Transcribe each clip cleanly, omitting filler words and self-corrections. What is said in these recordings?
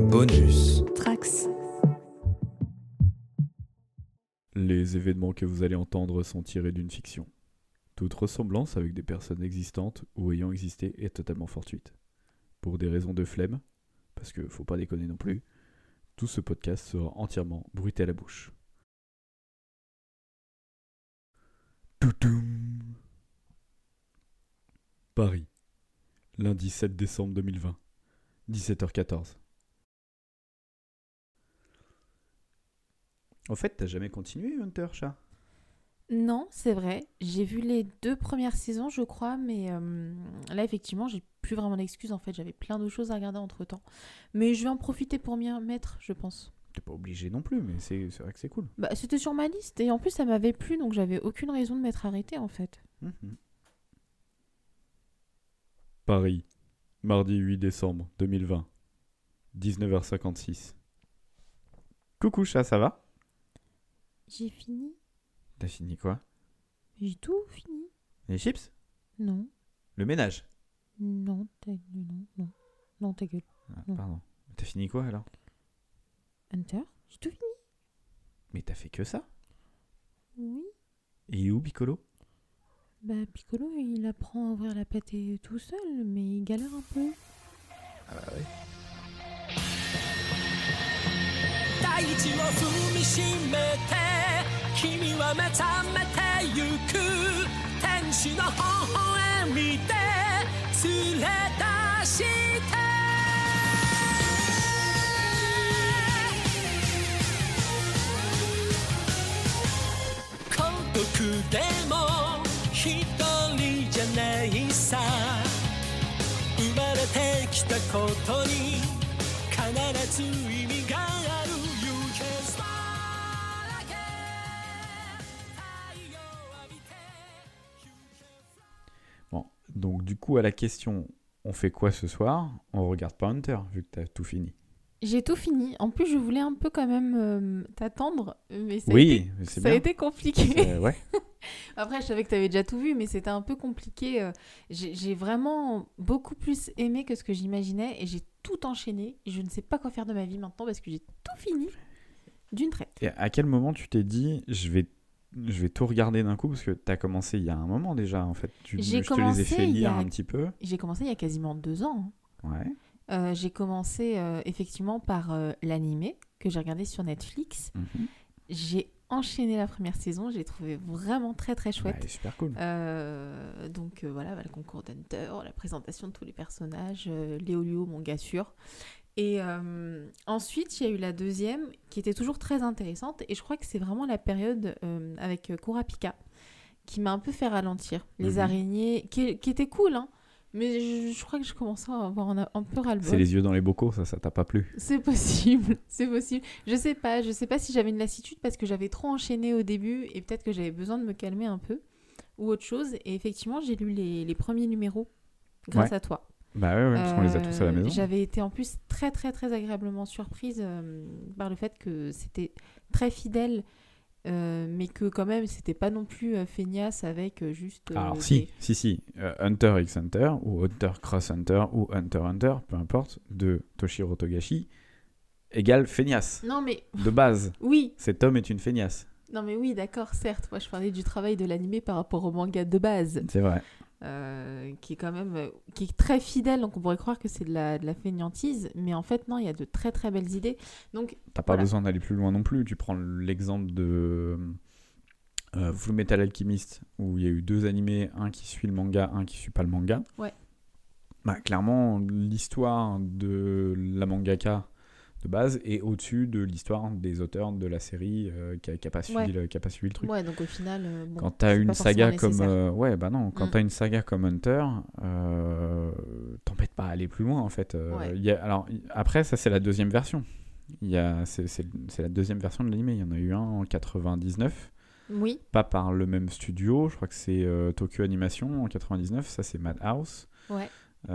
Bonus. Trax. Les événements que vous allez entendre sont tirés d'une fiction. Toute ressemblance avec des personnes existantes ou ayant existé est totalement fortuite. Pour des raisons de flemme, parce que faut pas déconner non plus, tout ce podcast sera entièrement bruité à la bouche. Toutoum. Paris, lundi 7 décembre 2020, 17h14. En fait, t'as jamais continué Hunter, chat ? Non, c'est vrai. J'ai vu les 2 premières saisons, je crois, mais là, effectivement, j'ai plus vraiment d'excuses. En fait, j'avais plein de choses à regarder entre-temps. Mais je vais en profiter pour m'y mettre, je pense. T'es pas obligé non plus, mais c'est vrai que c'est cool. Bah, c'était sur ma liste et en plus, ça m'avait plu, donc j'avais aucune raison de m'être arrêtée, en fait. Paris, mardi 8 décembre 2020, 19h56. Coucou chat, ça va ? J'ai fini. T'as fini quoi ? J'ai tout fini. Les chips ? Non. Le ménage ? Non, non, ta gueule. Ah, Non. pardon. T'as fini quoi alors ? Hunter, j'ai tout fini. Mais t'as fait que ça ? Oui. Et il est où Piccolo ? Bah, Piccolo, il apprend à ouvrir la pâtée tout seul, mais il galère un peu. Ah bah ouais. 大地を踏みしめて君は目覚めてゆく天使の微笑みで連れ出して孤独でも一人じゃないさ生まれてきたことに必ず意味がある You can smile again 太陽浴びて You can fly Bon, donc du coup à la question, on fait quoi ce soir ? On regarde pas Hunter vu que t'as tout fini. J'ai tout fini. En plus, je voulais un peu quand même t'attendre, mais Oui, mais c'est ça a bien. été compliqué. Ouais. Après, je savais que tu avais déjà tout vu, mais c'était un peu compliqué. J'ai vraiment beaucoup plus aimé que ce que j'imaginais et j'ai tout enchaîné. Je ne sais pas quoi faire de ma vie maintenant parce que j'ai tout fini d'une traite. Et à quel moment tu t'es dit je vais tout regarder d'un coup parce que t'as commencé il y a un moment déjà en fait. Je te les ai commencé fait il y lire a- un petit peu. J'ai commencé il y a quasiment 2 ans. Ouais. J'ai commencé effectivement par l'animé que j'ai regardé sur Netflix. Mhm. J'ai enchaîné la première saison, j'ai trouvé vraiment très très chouette. Ouais, super cool. Donc voilà, le concours d'Hunter, la présentation de tous les personnages, Léolio, mon gars sûr. Et ensuite, il y a eu la deuxième qui était toujours très intéressante et je crois que c'est vraiment la période avec Kurapika qui m'a un peu fait ralentir. Les Mhm. araignées, qui était cool, hein, mais je crois que je commençais à avoir un peu ras-le-bol. C'est les yeux dans les bocaux, ça t'a pas plu ? C'est possible, c'est possible. Je sais pas si j'avais une lassitude parce que j'avais trop enchaîné au début et peut-être que j'avais besoin de me calmer un peu ou autre chose. Et effectivement, j'ai lu les premiers numéros grâce à toi. Bah ouais, parce qu'on les a tous à la maison. J'avais été en plus très très très agréablement surprise par le fait que c'était très fidèle. Mais que quand même c'était pas non plus feignasse avec juste Alors si. Hunter x Hunter ou Hunter Cross Hunter ou Hunter Hunter, peu importe, de Toshiro Togashi égale feignasse. Non mais De base, oui, cet homme est une feignasse. non mais oui, d'accord, certes, moi je parlais du travail de l'animé par rapport au manga de base, C'est vrai. qui est quand même qui est très fidèle, donc on pourrait croire que c'est de la fainéantise, mais en fait non, il y a de très très belles idées. Donc T'as pas voilà. besoin d'aller plus loin non plus. Tu prends l'exemple de Full Metal Alchemist, où il y a eu 2 animés, un qui suit le manga, un qui suit pas le manga. Ouais. Bah, clairement, l'histoire de la mangaka de base est au-dessus de l'histoire des auteurs de la série qui a pas suivi le truc. Ouais, donc au final bon, Quand t'as c'est une pas saga forcément comme nécessaire. quand t'as une saga comme Hunter, t'embêtes pas à aller plus loin en fait. Ouais. Alors après ça c'est la deuxième version. C'est la deuxième version de l'anime. Il y en a eu un en 99, Oui, pas par le même studio. Je crois que c'est Tokyo Animation en 99. Ça c'est Madhouse. ouais.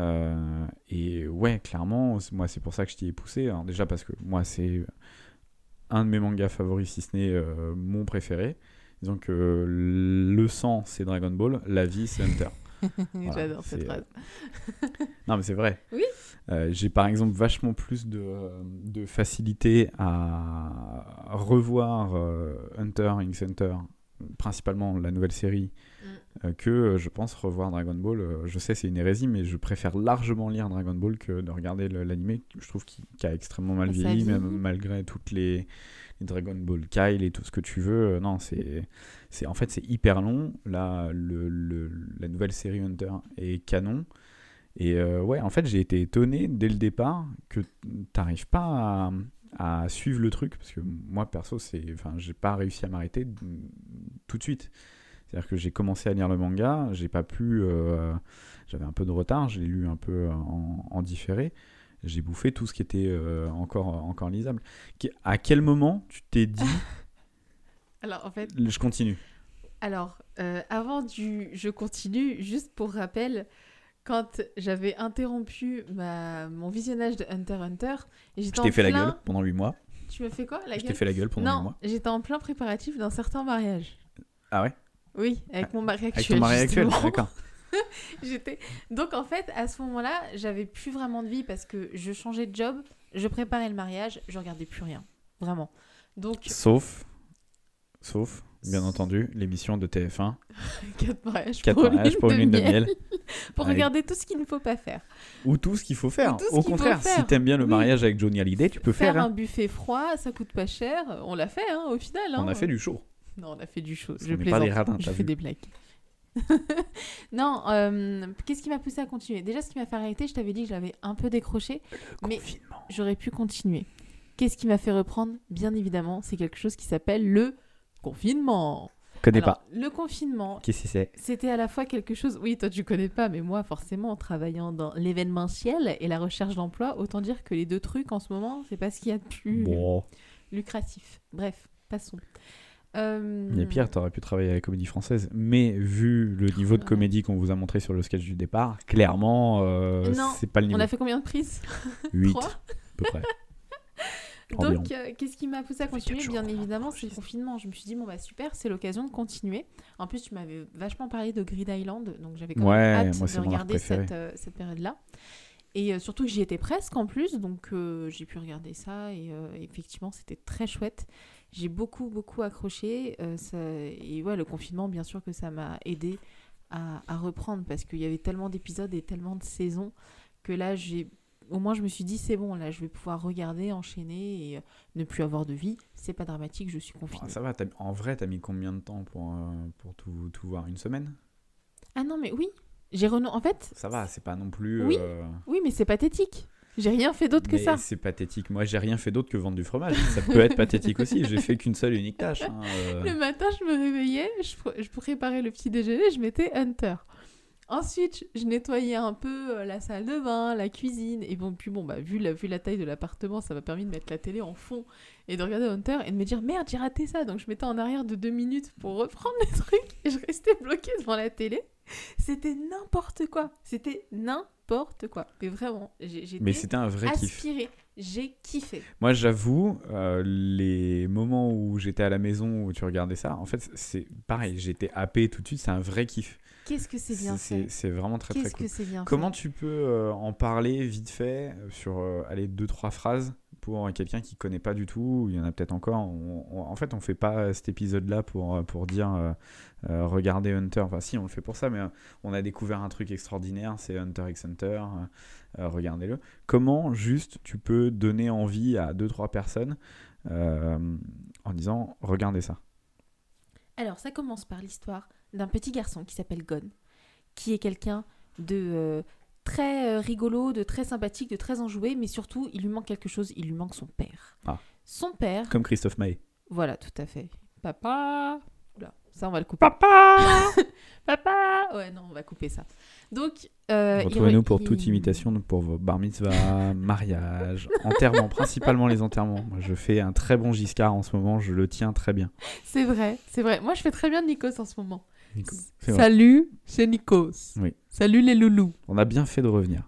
Et ouais, clairement, moi c'est pour ça que je t'y ai poussé. Alors, déjà parce que moi c'est un de mes mangas favoris, si ce n'est mon préféré. Disons que le sang c'est Dragon Ball, la vie c'est Hunter. Voilà, J'adore cette c'est, phrase. Non, mais c'est vrai. Oui. J'ai par exemple vachement plus de facilité à revoir Hunter x Hunter, principalement la nouvelle série, que je pense revoir Dragon Ball. Je sais, c'est une hérésie, mais je préfère largement lire Dragon Ball que de regarder l'animé. Je trouve qu'il a extrêmement mal Ça vieilli, même vieillit. malgré toutes les Dragon Ball Kyle et tout ce que tu veux. Non, en fait, c'est hyper long. Là, la nouvelle série Hunter est canon. Et ouais, en fait, j'ai été étonné dès le départ que t'arrives pas à suivre le truc, parce que moi, perso, j'ai pas réussi à m'arrêter tout de suite. C'est-à-dire que j'ai commencé à lire le manga, j'ai pas pu... j'avais un peu de retard, je l'ai lu un peu en différé. J'ai bouffé tout ce qui était encore lisable. À quel moment tu t'es dit, Alors, en fait, je continue? alors, avant je continue, juste pour rappel, quand j'avais interrompu mon visionnage de Hunter x Hunter, et j'étais Je t'ai en fait la plein... gueule pendant 8 mois. Tu me fais quoi, la Je t'ai gueule? fait la gueule pendant 8 Non, mois. j'étais en plein préparatif d'un certain mariage. Ah ouais? Oui, avec mon mari actuel. Avec ton mari actuel, justement. d'accord. Donc en fait, à ce moment-là, j'avais plus vraiment de vie parce que je changeais de job, je préparais le mariage, je regardais plus rien, vraiment. Donc Sauf, bien entendu, l'émission de TF1, 4 mariages 4 mariages pour une lune de miel. pour Avec- regarder tout ce qu'il ne faut pas faire. Ou tout ce qu'il faut faire. Ou tout ce Au qu'il faut contraire, faire. si t'aimes bien le Oui. mariage avec Johnny Hallyday, tu peux faire. un Hein. buffet froid, ça coûte pas cher. On l'a fait, hein, au final. Hein. On a fait du show. Non, on a fait du show. Parce Je qu'on n'est pas plaisante. des radins, Je t'as fais vu. des blagues. Non, qu'est-ce qui m'a poussé à continuer? Déjà, ce qui m'a fait arrêter, je t'avais dit que j'avais un peu décroché. Mais- Confinement. J'aurais pu continuer. Qu'est-ce qui m'a fait reprendre? Bien évidemment, c'est quelque chose qui s'appelle le confinement. Connais Alors, pas. le confinement, Qu'est-ce que c'est? c'était à la fois quelque chose... Oui, toi, tu connais pas, mais moi, forcément, en travaillant dans l'événementiel et la recherche d'emploi, autant dire que les deux trucs, en ce moment, c'est pas ce qu'il y a de plus Bon. lucratif. Bref, passons. Mais Pierre, t'aurais pu travailler à la Comédie Française, mais vu le niveau de Ouais. comédie qu'on vous a montré sur le sketch du départ, clairement, Non, c'est pas le niveau. On a fait combien de prises? 8, 3. à peu près. Environ. Donc, qu'est-ce qui m'a poussé à Ça fait continuer? 4 jours Bien qu'on a évidemment, c'est le enregistré. confinement. Je me suis dit, bon, bah super, c'est l'occasion de continuer. En plus, tu m'avais vachement parlé de Grid Island, donc j'avais quand Ouais, même hâte moi, c'est de mon arc regarder préféré. cette période-là. Et surtout que j'y étais presque en plus, donc j'ai pu regarder ça et effectivement, c'était très chouette. J'ai beaucoup accroché. Et ouais, le confinement, bien sûr que ça m'a aidé à reprendre parce qu'il y avait tellement d'épisodes et tellement de saisons que là, au moins, je me suis dit, c'est bon, là, je vais pouvoir regarder, enchaîner et ne plus avoir de vie. C'est pas dramatique, je suis confinée. Ah, ça va, en vrai, t'as mis combien de temps pour tout voir? Une semaine? Ah non, mais oui, en fait, Ça va, c'est pas non plus... Oui. oui, mais c'est pathétique. J'ai rien fait d'autre que mais ça. c'est pathétique. Moi, j'ai rien fait d'autre que vendre du fromage. Ça peut être pathétique aussi. J'ai fait qu'une seule et unique tâche. Hein. Le matin, je me réveillais, je préparais le petit déjeuner, je mettais Hunter. Ensuite, je nettoyais un peu la salle de bain, la cuisine. Et bon, puis bon, bah, vu la taille de l'appartement, ça m'a permis de mettre la télé en fond et de regarder Hunter et de me dire merde, j'ai raté ça. Donc je mettais en arrière de 2 minutes pour reprendre les trucs et je restais bloquée devant la télé. C'était n'importe quoi. C'était n'importe quoi. Mais vraiment, j'étais Mais c'était un vrai kiff. aspirée. J'ai kiffé. Moi, j'avoue, les moments où j'étais à la maison où tu regardais ça, en fait, c'est pareil. J'étais happé tout de suite. C'est un vrai kiff. Qu'est-ce que c'est bien fait. C'est vraiment très très Qu'est-ce cool. que c'est bien Comment fait. tu peux en parler vite fait sur 2-3 phrases pour quelqu'un qui connaît pas du tout? Il y en a peut-être encore. En fait, on fait pas cet épisode-là pour dire regardez Hunter. Enfin, si, on le fait pour ça, mais on a découvert un truc extraordinaire, c'est Hunter x Hunter. Regardez-le. Comment juste tu peux donner envie à 2-3 personnes en disant regardez ça? Alors, ça commence par l'histoire d'un petit garçon qui s'appelle Gon, qui est quelqu'un de très rigolo, de très sympathique, de très enjoué, mais surtout, il lui manque quelque chose, il lui manque son père. Ah. Son père, Comme Christophe Maé. voilà, tout à fait. Papa. Oula, ça, on va le couper. Papa! Papa. Ouais, non, on va couper ça. Donc, Retrouvez-nous pour toute imitation, pour vos bar mitzvah, mariage, enterrement, principalement les enterrements. Moi, je fais un très bon Giscard en ce moment, je le tiens très bien. C'est vrai, c'est vrai. Moi, je fais très bien de Nikos en ce moment. Nico, c'est vrai. Salut, c'est Nikos. Oui. Salut les loulous. On a bien fait de revenir.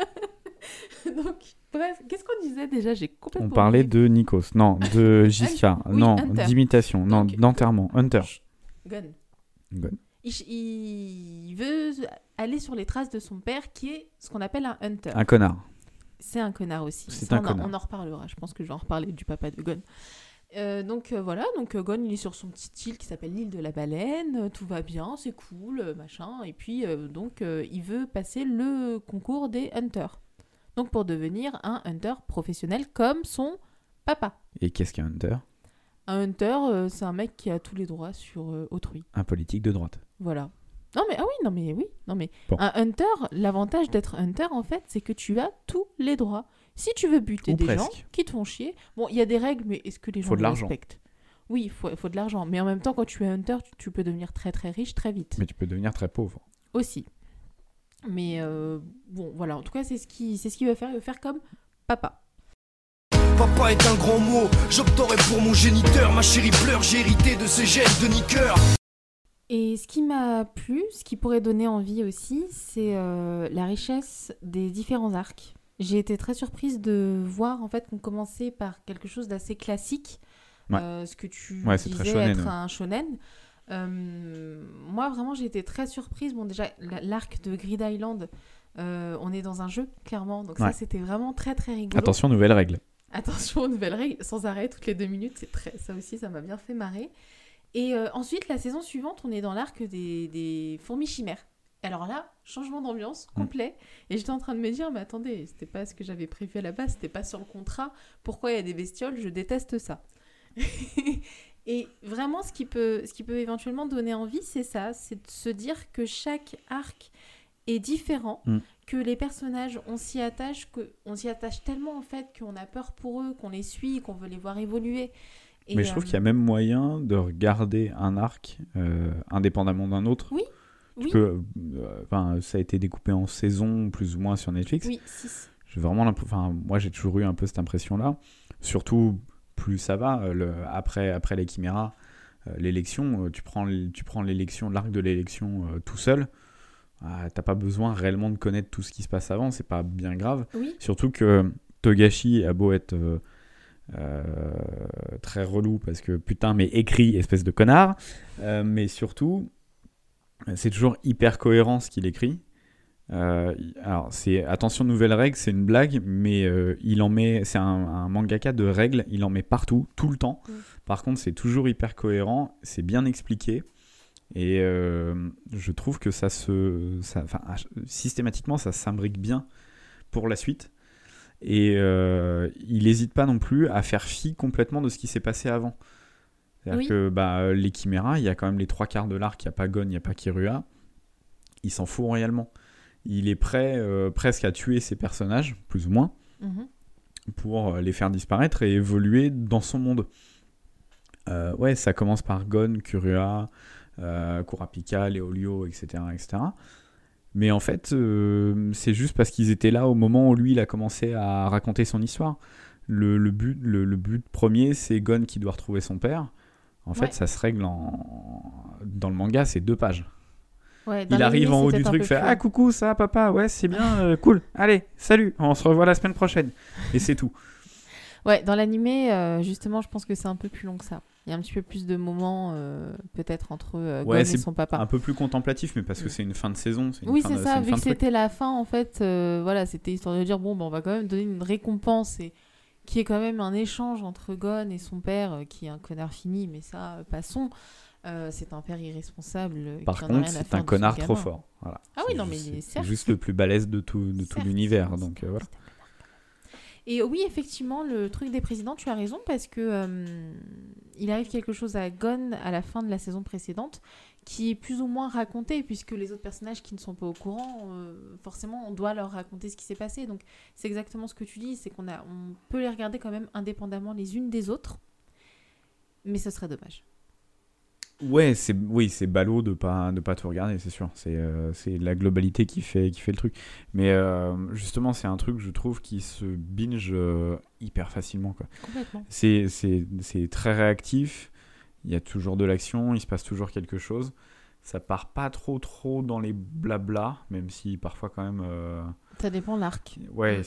Donc, bref, qu'est-ce qu'on disait déjà? J'ai complètement On parlait oublié. de Nikos, non, de Giscard, Oui, non, Hunter. d'imitation, non, Donc, d'enterrement, Hunter. Gon. Gon. il veut aller sur les traces de son père, qui est ce qu'on appelle un hunter. Un connard. C'est un connard aussi. C'est Ça, un connard. on en reparlera. Je pense que je vais en reparler du papa de Gon. Voilà, Gon il est sur son petit île qui s'appelle l'île de la baleine, tout va bien, c'est cool, machin, et puis il veut passer le concours des hunters. Donc pour devenir un hunter professionnel comme son papa. Et qu'est-ce qu'un hunter ? Un hunter, c'est un mec qui a tous les droits sur autrui. Un politique de droite. Voilà. Non mais Bon. un hunter, l'avantage d'être hunter en fait, c'est que tu as tous les droits. Si tu veux buter Ou des presque. gens qui te font chier, bon, il y a des règles, mais est-ce que les gens Faut de le l'argent. respectent ? Oui, il faut de l'argent. Mais en même temps, quand tu es hunter, tu peux devenir très très riche très vite. Mais tu peux devenir très pauvre. Aussi. Mais bon, voilà. En tout cas, c'est ce qu'il veut faire. Il veut faire comme papa. Papa est un grand mot, j'opterai pour mon géniteur. Ma chérie pleure, j'ai hérité de ses gènes de niqueur. Et ce qui m'a plu, ce qui pourrait donner envie aussi, c'est la richesse des différents arcs. J'ai été très surprise de voir en fait qu'on commençait par quelque chose d'assez classique, Ouais. ce que tu Ouais, c'est très disais shonen, être ouais. un shonen. Moi vraiment j'ai été très surprise. Bon déjà l'arc de Grid Island, on est dans un jeu clairement, donc Ouais. ça c'était vraiment très très rigolo. Attention, nouvelle règle. Attention aux nouvelles règles, sans arrêt, toutes les 2 minutes, ça aussi, ça m'a bien fait marrer. Et ensuite, la saison suivante, on est dans l'arc des fourmis chimères. Alors là, changement d'ambiance complet. Et j'étais en train de me dire, mais attendez, c'était pas ce que j'avais prévu à la base, c'était pas sur le contrat. Pourquoi il y a des bestioles ? Je déteste ça. Et vraiment, ce qui peut éventuellement donner envie, c'est ça, c'est de se dire que chaque arc est différent, que les personnages, on s'y attache tellement en fait qu'on a peur pour eux, qu'on les suit, qu'on veut les voir évoluer. Et, Mais je trouve qu'il y a même moyen de regarder un arc indépendamment d'un autre. Oui. Tu peux, ça a été découpé en saisons plus ou moins sur Netflix. Oui, 6. Moi j'ai toujours eu un peu cette impression-là. Surtout, plus ça va, après les chiméras, l'élection, tu prends l'élection, l'arc de l'élection tout seul. T'as pas besoin réellement de connaître tout ce qui se passe avant, c'est pas bien grave. Oui. Surtout que Togashi a beau être très relou parce que putain, mais écrit, espèce de connard, mais surtout, c'est toujours hyper cohérent ce qu'il écrit. Alors, attention, nouvelle règle, c'est une blague, mais c'est un mangaka de règles, il en met partout, tout le temps. Par contre, c'est toujours hyper cohérent, c'est bien expliqué. Et je trouve que systématiquement, ça s'imbrique bien pour la suite. Et il n'hésite pas non plus à faire fi complètement de ce qui s'est passé avant. C'est-à-dire que les chiméras, il y a quand même les 3/4 de l'arc, il n'y a pas Gon, il n'y a pas Kirua. Il s'en fout réellement. Il est prêt presque à tuer ses personnages, plus ou moins, pour les faire disparaître et évoluer dans son monde. Ça commence par Gon, Kirua, Kurapika, Léolio, etc. Mais en fait, c'est juste parce qu'ils étaient là au moment où lui, il a commencé à raconter son histoire. Le but premier, c'est Gon qui doit retrouver son père. En fait, ça se règle dans le manga, c'est 2 pages. Ouais, il arrive en haut du truc, fait « Ah, coucou, ça va, papa ? Ouais, c'est bien, cool. Allez, salut, on se revoit la semaine prochaine. » Et c'est tout. Ouais, dans l'animé, justement, je pense que c'est un peu plus long que ça. Il y a un petit peu plus de moments, peut-être, entre Gon et son papa. Un peu plus contemplatif, mais parce que c'est une fin de saison. Oui, c'est ça. Vu que c'était la fin, en fait, c'était histoire de dire, bon, on va quand même donner une récompense et qui est quand même un échange entre Gon et son père, qui est un connard fini, mais ça, passons. C'est un père irresponsable. Par qui en a contre, rien à c'est faire un de connard son trop gamin. fort. Voilà. Ah oui, non, mais c'est juste le plus balèze de tout l'univers. Donc voilà. Et oui, effectivement, le truc des présidents, tu as raison, parce que il arrive quelque chose à Gon à la fin de la saison précédente qui est plus ou moins raconté, puisque les autres personnages qui ne sont pas au courant, forcément, on doit leur raconter ce qui s'est passé. Donc, c'est exactement ce que tu dis, c'est on peut les regarder quand même indépendamment les unes des autres, mais ce serait dommage. Ouais, c'est ballot de pas tout regarder, c'est sûr. C'est la globalité qui fait le truc. Mais justement, c'est un truc, je trouve, qui se binge hyper facilement, quoi. Complètement. C'est très réactif. Il y a toujours de l'action, il se passe toujours quelque chose. Ça part pas trop dans les blablas, même si parfois quand même... Ça dépend l'arc. Ouais,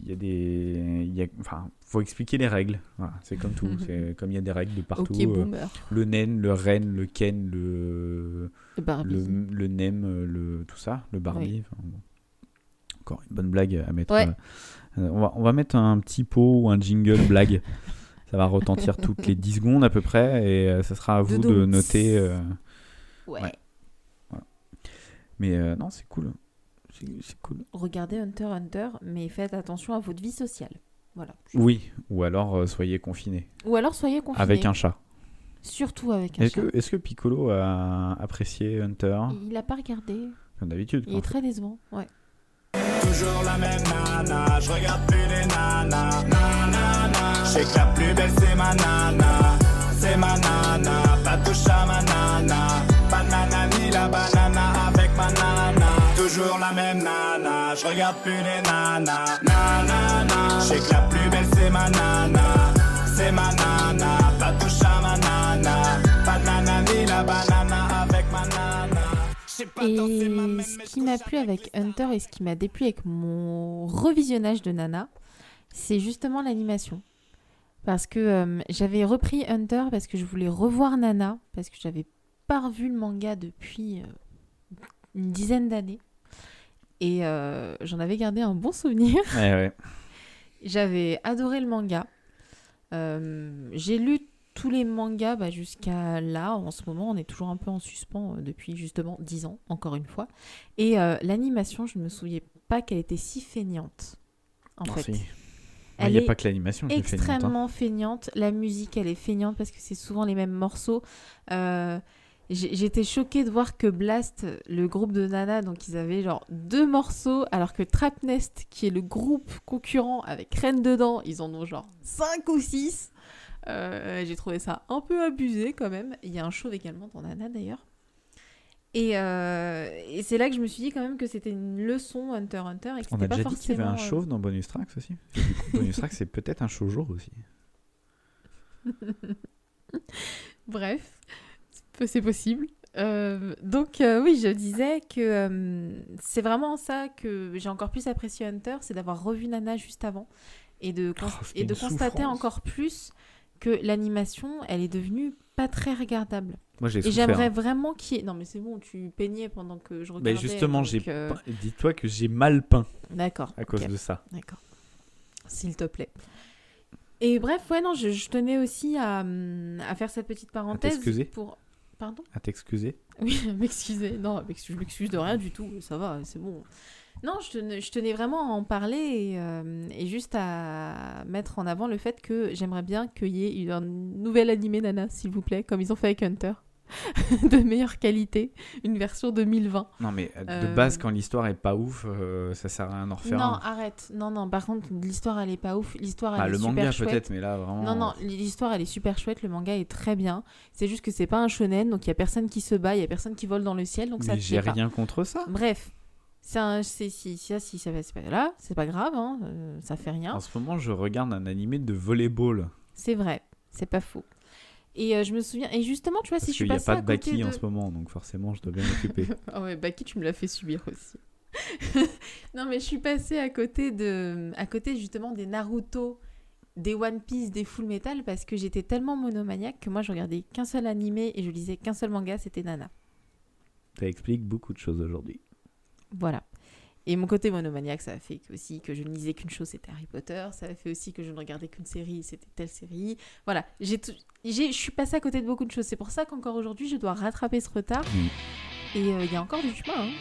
enfin, faut expliquer les règles. Voilà, c'est comme tout. C'est comme il y a des règles de partout. Ok, boomer. Le nen, le ren, le ken, le Barbie. le nem, tout ça, le Barbie. Oui. Enfin, bon. Encore une bonne blague à mettre. Ouais. On va mettre un petit pot ou un jingle blague. Ça va retentir toutes les 10 secondes à peu près et ça sera à vous de noter. Ouais. Voilà. Mais non, c'est cool. C'est cool. Regardez Hunter x Hunter, mais faites attention à votre vie sociale. Voilà. Oui, ou alors soyez confinés. Ou alors soyez confinés. Avec un chat. Surtout avec un chat. Est-ce que Piccolo a apprécié Hunter? Il a pas regardé. Comme d'habitude. Il est très décevant, ouais. Toujours la même nana, je regarde plus les nanas. Je sais que la plus belle c'est ma nana. C'est ma nana, pas touche à ma nana. Banana ni la banana avec ma nana. Toujours la même nana, je regarde plus les nanas. Je sais que la plus belle c'est ma nana. C'est ma nana, pas touche à ma nana. Banana ni la banana avec ma nana. Et ce qui m'a plu avec Hunter et ce qui m'a déplu avec mon revisionnage de Nana, c'est justement l'animation. Parce que j'avais repris Hunter parce que je voulais revoir Nana, parce que j'avais pas revu le manga depuis une dizaine d'années. Et j'en avais gardé un bon souvenir. Ouais. J'avais adoré le manga. J'ai lu tous les mangas jusqu'à là. En ce moment, on est toujours un peu en suspens depuis justement 10 ans, encore une fois. Et l'animation, je ne me souviens pas qu'elle était si feignante, en fait. Si. Elle Il n'y a est pas que l'animation qui est feignante. Extrêmement feignante. La musique, elle est feignante parce que c'est souvent les mêmes morceaux. J'étais choquée de voir que Blast, le groupe de Nana, donc ils avaient genre 2 morceaux, alors que Trap Nest, qui est le groupe concurrent avec Reine dedans, ils en ont genre 5 ou 6. J'ai trouvé ça un peu abusé quand même. Il y a un chauve également dans Nana d'ailleurs. Et c'est là que je me suis dit quand même que c'était une leçon Hunter x Hunter. Et que On c'était a pas déjà dit qu'il y avait un forcément, chauve dans Bonus Tracks aussi. Et du coup, Bonus Tracks, c'est peut-être un shoujo aussi. Bref, c'est possible. Donc oui, je disais que c'est vraiment ça que j'ai encore plus apprécié Hunter, c'est d'avoir revu Nana juste avant et de constater encore plus que l'animation, elle est devenue pas très regardable. Moi, j'ai et souffert. j'aimerais vraiment qu'il y ait... Non mais c'est bon, tu peignais pendant que je regardais. Mais justement, donc, dis-toi que j'ai mal peint D'accord. à cause de ça. D'accord. S'il te plaît. Et bref, ouais, non, je tenais aussi à faire cette petite parenthèse. t'excuser pour... Pardon ? À t'excuser. Oui, m'excuser. Non, je m'excuse de rien du tout. Ça va, c'est bon. Non, je tenais vraiment à en parler et juste à mettre en avant le fait que j'aimerais bien qu'il y ait un nouvel animé Nana, s'il vous plaît, comme ils ont fait avec Hunter. De meilleure qualité, une version 2020. Non, mais de base, quand l'histoire est pas ouf, ça sert à rien d'en refaire Non, un. arrête. Non, par contre, l'histoire, elle est pas ouf. L'histoire, elle est Le super manga chouette. peut-être, mais là, vraiment... Non, l'histoire, elle est super chouette. Le manga est très bien. C'est juste que c'est pas un shonen, donc il y a personne qui se bat, il y a personne qui vole dans le ciel, donc ça Mais te j'ai plaît pas. rien contre ça. Bref. C'est pas là, c'est pas grave, hein, ça fait rien. En ce moment, je regarde un animé de volleyball. C'est vrai, c'est pas faux. Et je me souviens, et justement, tu vois, Parce si je suis qu'il n'y a passée pas à de côté Baki en ce moment, donc forcément, je dois bien m'occuper. Ah ouais, Baki, tu me l'as fait subir aussi. Non, mais je suis passée à côté justement des Naruto, des One Piece, des Full Metal, parce que j'étais tellement monomaniaque que moi, je regardais qu'un seul animé et je lisais qu'un seul manga, c'était Nana. Ça explique beaucoup de choses aujourd'hui. Voilà. Et mon côté monomaniaque, ça a fait aussi que je ne lisais qu'une chose, c'était Harry Potter. Ça a fait aussi que je ne regardais qu'une série, c'était telle série. Voilà, je suis passée à côté de beaucoup de choses. C'est pour ça qu'encore aujourd'hui, je dois rattraper ce retard. Et il y a encore du chemin. Hein.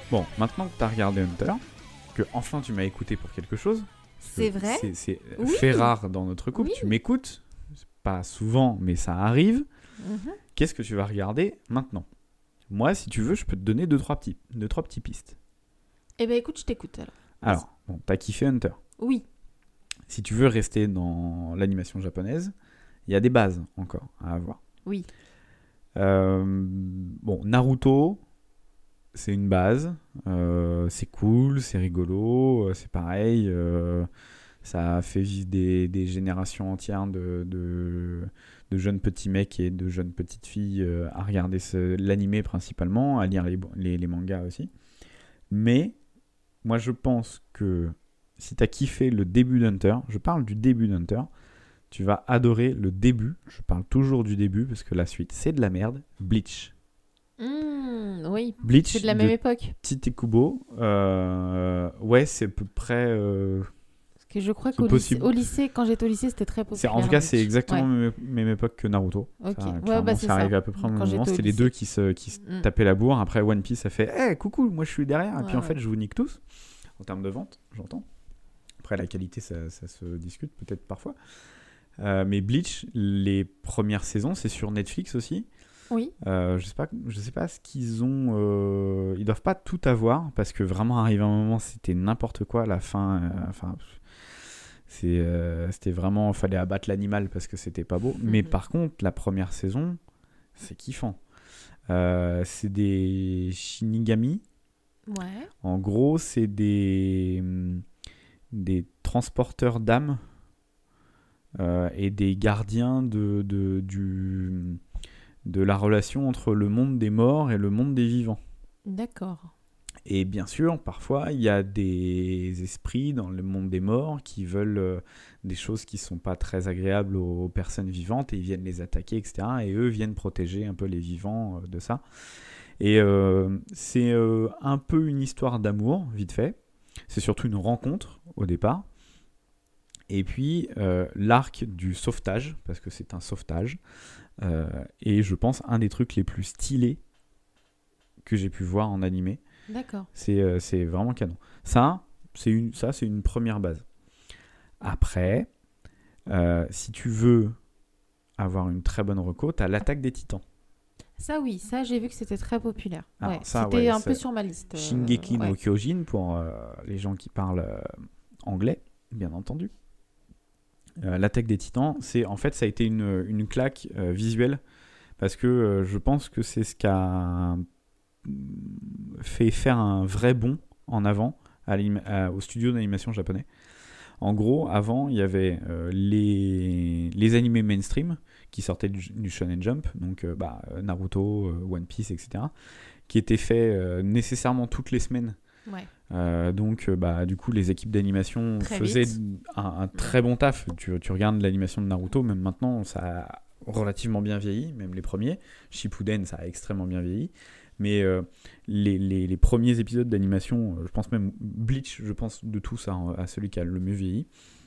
Bon, maintenant que tu as regardé Hunter, que enfin tu m'as écouté pour quelque chose. C'est vrai. C'est Oui. fait rare dans notre couple. Oui. Tu m'écoutes, c'est pas souvent, mais ça arrive. Mhm. Qu'est-ce que tu vas regarder maintenant? Moi, si tu veux, je peux te donner deux, trois petits pistes. Eh ben écoute, je t'écoute alors. Alors, bon, t'as kiffé Hunter. Oui. Si tu veux rester dans l'animation japonaise, il y a des bases encore à avoir. Oui. Bon, Naruto, c'est une base. C'est cool, c'est rigolo, c'est pareil. Ça a fait vivre des générations entières de jeunes petits mecs et de jeunes petites filles à regarder l'animé principalement, à lire les mangas aussi. Mais moi, je pense que si tu as kiffé le début d'Hunter, je parle du début d'Hunter, tu vas adorer le début. Je parle toujours du début parce que la suite, c'est de la merde. Bleach. Oui. Bleach C'est de la même époque. Tite Kubo. Ouais, c'est à peu près... Parce que je crois c'est qu'au possible. lycée, quand j'étais au lycée, c'était très populaire. En tout cas, c'est Bleach. exactement Ouais. même époque que Naruto. Ok. Ça, Ouais, clairement, c'est c'est arrivé à peu près au même Quand moment. j'étais au C'était les lycée. deux qui se tapaient la bourre. Après, One Piece a fait hey, coucou, moi je suis derrière. Et puis en Ouais, fait, je vous nique tous. En termes de vente, j'entends. Après, la qualité, ça se discute peut-être parfois. Mais Bleach, les premières saisons, c'est sur Netflix aussi. Oui. Je sais pas ce qu'ils ont. Ils doivent pas tout avoir parce que vraiment arrivé un moment, c'était n'importe quoi. À la fin, c'était vraiment, fallait abattre l'animal parce que c'était pas beau. Mais par contre, la première saison, c'est kiffant. C'est des Shinigami. Ouais. En gros, c'est des transporteurs d'âmes et des gardiens de la relation entre le monde des morts et le monde des vivants. D'accord. Et bien sûr, parfois, il y a des esprits dans le monde des morts qui veulent des choses qui ne sont pas très agréables aux personnes vivantes et ils viennent les attaquer, etc. Et eux viennent protéger un peu les vivants de ça. Et c'est un peu une histoire d'amour, vite fait. C'est surtout une rencontre au départ. Et puis l'arc du sauvetage, parce que c'est un sauvetage, et je pense un des trucs les plus stylés que j'ai pu voir en animé. D'accord. C'est vraiment canon. Ça, c'est une première base. Après, si tu veux avoir une très bonne reco, t'as l'Attaque des Titans. Ça, oui. Ça, j'ai vu que c'était très populaire. Alors, Ouais. ça, C'était ouais, un peu c'est sur ma liste. Shingeki no Ouais. Kyojin pour les gens qui parlent anglais, bien entendu. L'Attaque des Titans, en fait, ça a été une claque visuelle parce que je pense que c'est ce qui a fait faire un vrai bond en avant au studio d'animation japonais. En gros, avant, il y avait les animés mainstream qui sortaient du Shonen Jump, donc Naruto, One Piece, etc., qui étaient faits nécessairement toutes les semaines. Ouais. Donc, du coup, les équipes d'animation Très faisaient vite. un très bon taf. Tu regardes l'animation de Naruto, même maintenant, ça a relativement bien vieilli, même les premiers. Shippuden, ça a extrêmement bien vieilli. Mais les premiers épisodes d'animation, je pense même Bleach, je pense de tous à celui qui a le mieux vieilli.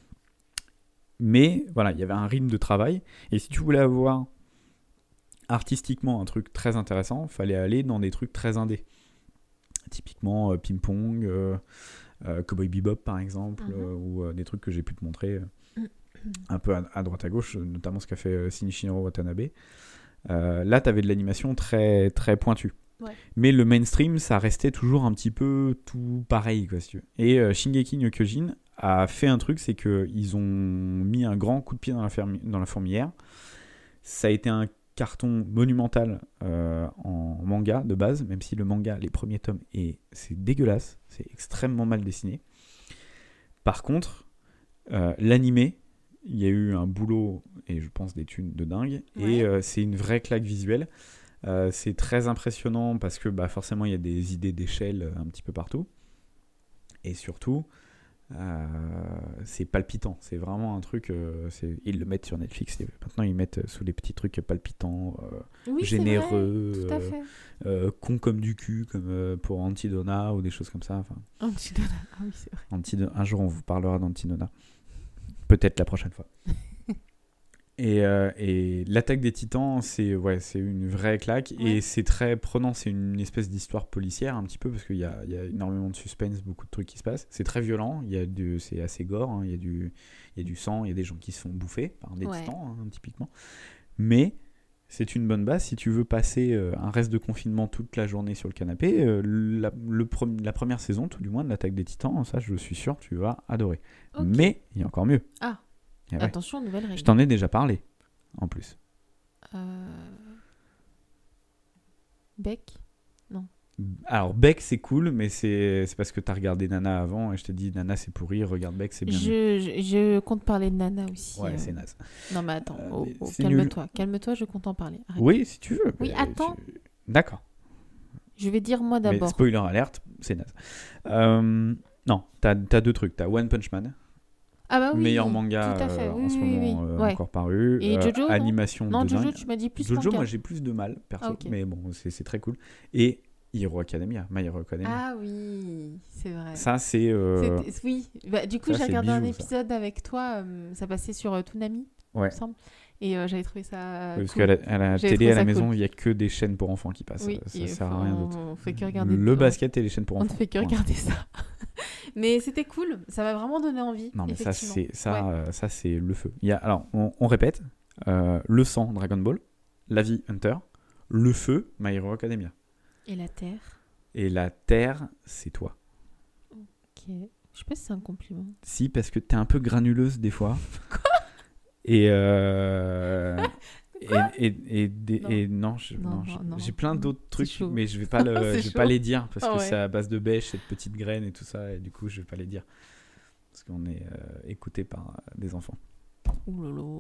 Mais voilà, il y avait un rythme de travail. Et si tu voulais avoir artistiquement un truc très intéressant, il fallait aller dans des trucs très indés. Typiquement Ping Pong, Cowboy Bebop par exemple, ou des trucs que j'ai pu te montrer un peu à droite à gauche, notamment ce qu'a fait Shinichiro Watanabe. Là, tu avais de l'animation très, très pointue. Ouais. Mais le mainstream, ça restait toujours un petit peu tout pareil, quoi, si tu veux. Et Shingeki no Kyojin a fait un truc, c'est qu'ils ont mis un grand coup de pied dans la fourmilière. Ça a été un carton monumental en manga de base, même si le manga, les premiers tomes, c'est dégueulasse, c'est extrêmement mal dessiné. Par contre, l'animé, il y a eu un boulot et je pense des thunes de dingue, Ouais. et c'est une vraie claque visuelle. C'est très impressionnant parce que forcément il y a des idées d'échelle un petit peu partout, et surtout c'est palpitant, c'est vraiment un truc, ils le mettent sur Netflix et maintenant ils mettent sous les petits trucs palpitants, Oui, généreux, c'est vrai, tout à fait. con comme du cul, comme pour Antidona ou des choses comme ça. Enfin, Antidona. Ah oui, c'est vrai. un jour on vous parlera d'Antidona, peut-être la prochaine fois. Et l'attaque des Titans, c'est une vraie claque. Ouais. Et c'est très prenant. C'est une espèce d'histoire policière, un petit peu, parce qu'il y a énormément de suspense, beaucoup de trucs qui se passent. C'est très violent. C'est assez gore. Hein, il y a du sang. Il y a des gens qui se font bouffer par des titans, hein, typiquement. Mais c'est une bonne base si tu veux passer un reste de confinement toute la journée sur le canapé. La première saison, tout du moins, de l'attaque des Titans, ça, je suis sûr, tu vas adorer. Ok. Mais il y a encore mieux. Ah, Eh ouais. attention, nouvelle règle. Je t'en ai déjà parlé, en plus. Beck. Alors, Beck, c'est cool, mais c'est parce que t'as regardé Nana avant et je t'ai dit Nana, c'est pourri, regarde Beck, c'est bien mieux. Je compte parler de Nana aussi. Ouais, c'est naze. Non, mais attends, Mais c'est calme-toi. Calme-toi, je compte en parler. Arrête. Oui, si tu veux. Oui, mais attends. D'accord. Je vais dire moi Mais d'abord. spoiler alerte, c'est naze. Non, t'as deux trucs. T'as One Punch Man, Ah bah oui. meilleur manga tout à fait. Oui, en ce oui, moment oui. Ouais. encore paru. Et Jojo, non animation Non, de Jojo, dingue. tu m'as dit plus Jojo, manga. moi j'ai plus de mal, perso. Ah, ok. Mais bon, c'est très cool. Et Hero Academia, My Hero Academia. Ah oui, c'est vrai. Ça, c'est. Oui, bah, du coup, ça, j'ai c'est regardé un bijou, ça. épisode avec toi. Ça passait sur Toonami, il Ouais. me semble. Et j'avais trouvé ça. Parce cool. qu'à la J'avais télé, trouvé à la ça maison, cool. il n'y a que des chaînes pour enfants qui passent. Oui, Ça sert à rien d'autre. On fait que regarder. Le basket et les chaînes pour On enfants. ne fait que Point. regarder ça. Mais c'était cool. Ça m'a vraiment donné envie. Non, mais ça, effectivement. Ouais. ça, c'est le feu. Alors, on répète le sang, Dragon Ball. La vie, Hunter. Le feu, My Hero Academia. Et la terre. Et la terre, c'est toi. Ok. Je sais pas si c'est un compliment. Si, parce que t'es un peu granuleuse des fois. Et non, j'ai plein d'autres trucs, chaud. mais je vais pas C'est je vais pas chaud. les dire parce Ah que ouais. c'est à base de bêche et de petites graines et tout ça, et du coup je vais pas les dire parce qu'on est écouté par des enfants. Ouh là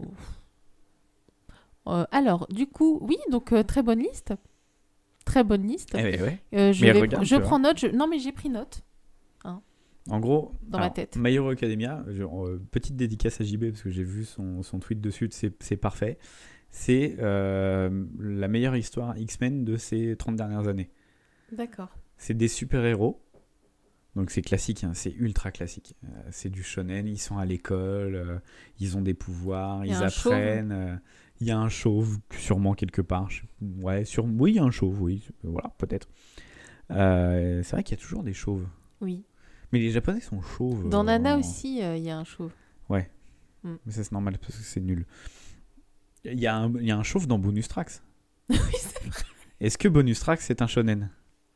là. Alors, du coup, oui, donc très bonne liste. Très bonne liste. Eh ouais. Je Mais regarde, je tu prends note. Non, mais j'ai pris note. En gros, Dans ma tête. My Hero Academia, petite dédicace à JB parce que j'ai vu son tweet dessus, c'est parfait. C'est la meilleure histoire X-Men de ces 30 dernières années. D'accord. C'est des super-héros. Donc c'est classique, hein, c'est ultra classique. C'est du shonen, ils sont à l'école, ils ont des pouvoirs, Il y a ils un chauve. apprennent. Il y a un chauve, sûrement quelque part. Oui, il y a un chauve, oui. Voilà, peut-être. C'est vrai qu'il y a toujours des chauves. Oui. Mais les Japonais sont chauves. Dans Nana en- aussi, il y a un chauve. Mais ça, c'est normal parce que c'est nul. Il y a un chauve dans Bonus Tracks. Oui, c'est vrai. Est-ce que Bonus Tracks, c'est un shonen?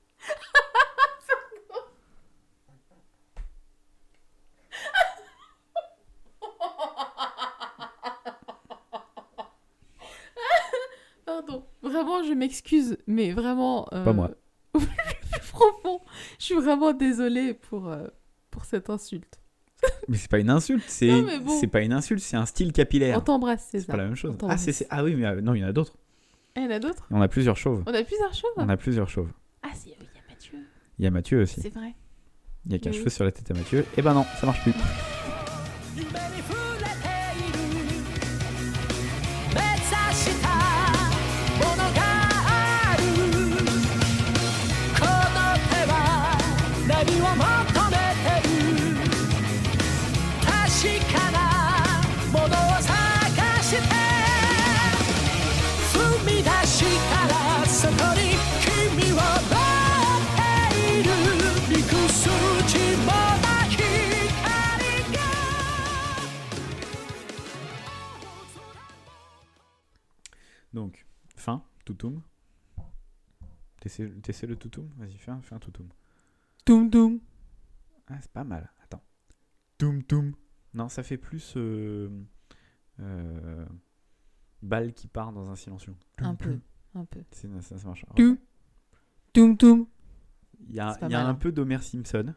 Pardon. Vraiment, je m'excuse, mais vraiment. Pas moi. Profond. Je suis vraiment désolée pour cette insulte. Mais c'est pas une insulte, Non, mais bon. c'est pas une insulte, c'est un style capillaire. On t'embrasse, C'est César. pas la même chose. On t'embrasse. Ah oui, mais non, il y en a d'autres. Il y en a d'autres. On a plusieurs chauves. On a plusieurs choses. On a plusieurs chauves. Ah, si, oui, il y a Mathieu. Il y a Mathieu aussi. C'est vrai. Il y a qu'un Oui. cheveu sur la tête à Mathieu. Eh ben non, ça marche plus. 夢に触れている目指したものがあるこの手は何を求めてる確かなものを探して踏み出したらそこに君を待っている理屈ちもな光が Donc, fin, toutoum. T'essaies le toutoum? Vas-y, fais un toutoum. Toum toum. Ah, c'est pas mal. Attends. Toum toum. Non, ça fait plus balle qui part dans un silencieux. Un peu. Ça marche. Toum. Toum toum. Il y a C'est pas il y a mal, un hein. peu d'Homer Simpson.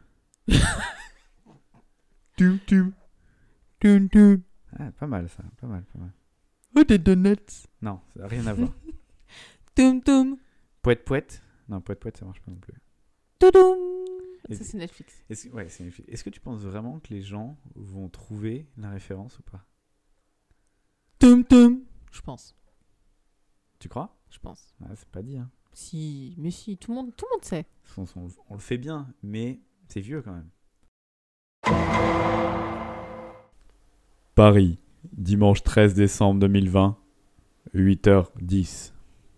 Toum toum. Toum toum. Ah, pas mal ça, pas mal. Oh, des donuts. Non, ça n'a rien à voir. Toum toum. Poète poète. Non, poète poète, ça marche pas non plus. Toudoum. Et- Ça, c'est Netflix. Ouais, c'est magnifique. Est-ce que tu penses vraiment que les gens vont trouver la référence ou pas? Toum toum. Je pense. Tu crois? Je pense. Ah, c'est pas dit, hein. Si, mais si, tout le monde sait. On le fait bien, mais c'est vieux quand même. Paris, Dimanche 13 décembre 2020, 8h10.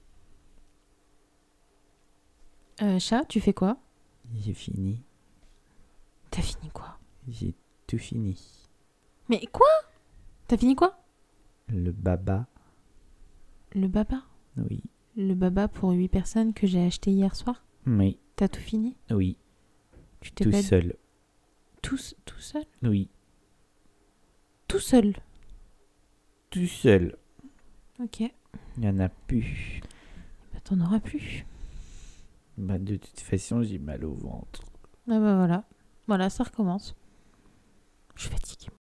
Chat, tu fais quoi? J'ai fini. T'as fini quoi? J'ai tout fini. Mais quoi? T'as fini quoi? Le baba. Le baba? Oui. Le baba pour 8 personnes que j'ai acheté hier soir? Oui. T'as tout fini? Oui. Tu t'es Tout pas... seul. Tout seul? Oui. Tout seul? Tout seul. Ok. Il n'y en a plus. Bah t'en auras plus. Bah, de toute façon, j'ai mal au ventre. Ah bah voilà. Voilà, ça recommence. Je suis fatiguée.